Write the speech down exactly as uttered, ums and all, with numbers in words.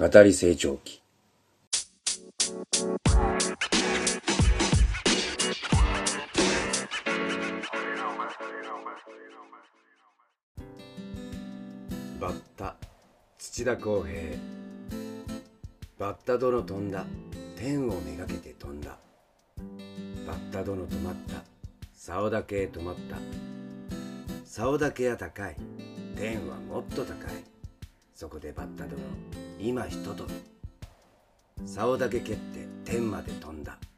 語り成長期。バッタ、土田公平。バッタ殿飛んだ、天をめがけて飛んだ。バッタ殿止まった、竿だけ止まった。竿だけは高い、天はもっと高い。そこでバッタ殿、今ひととび。竿だけ蹴って天まで飛んだ。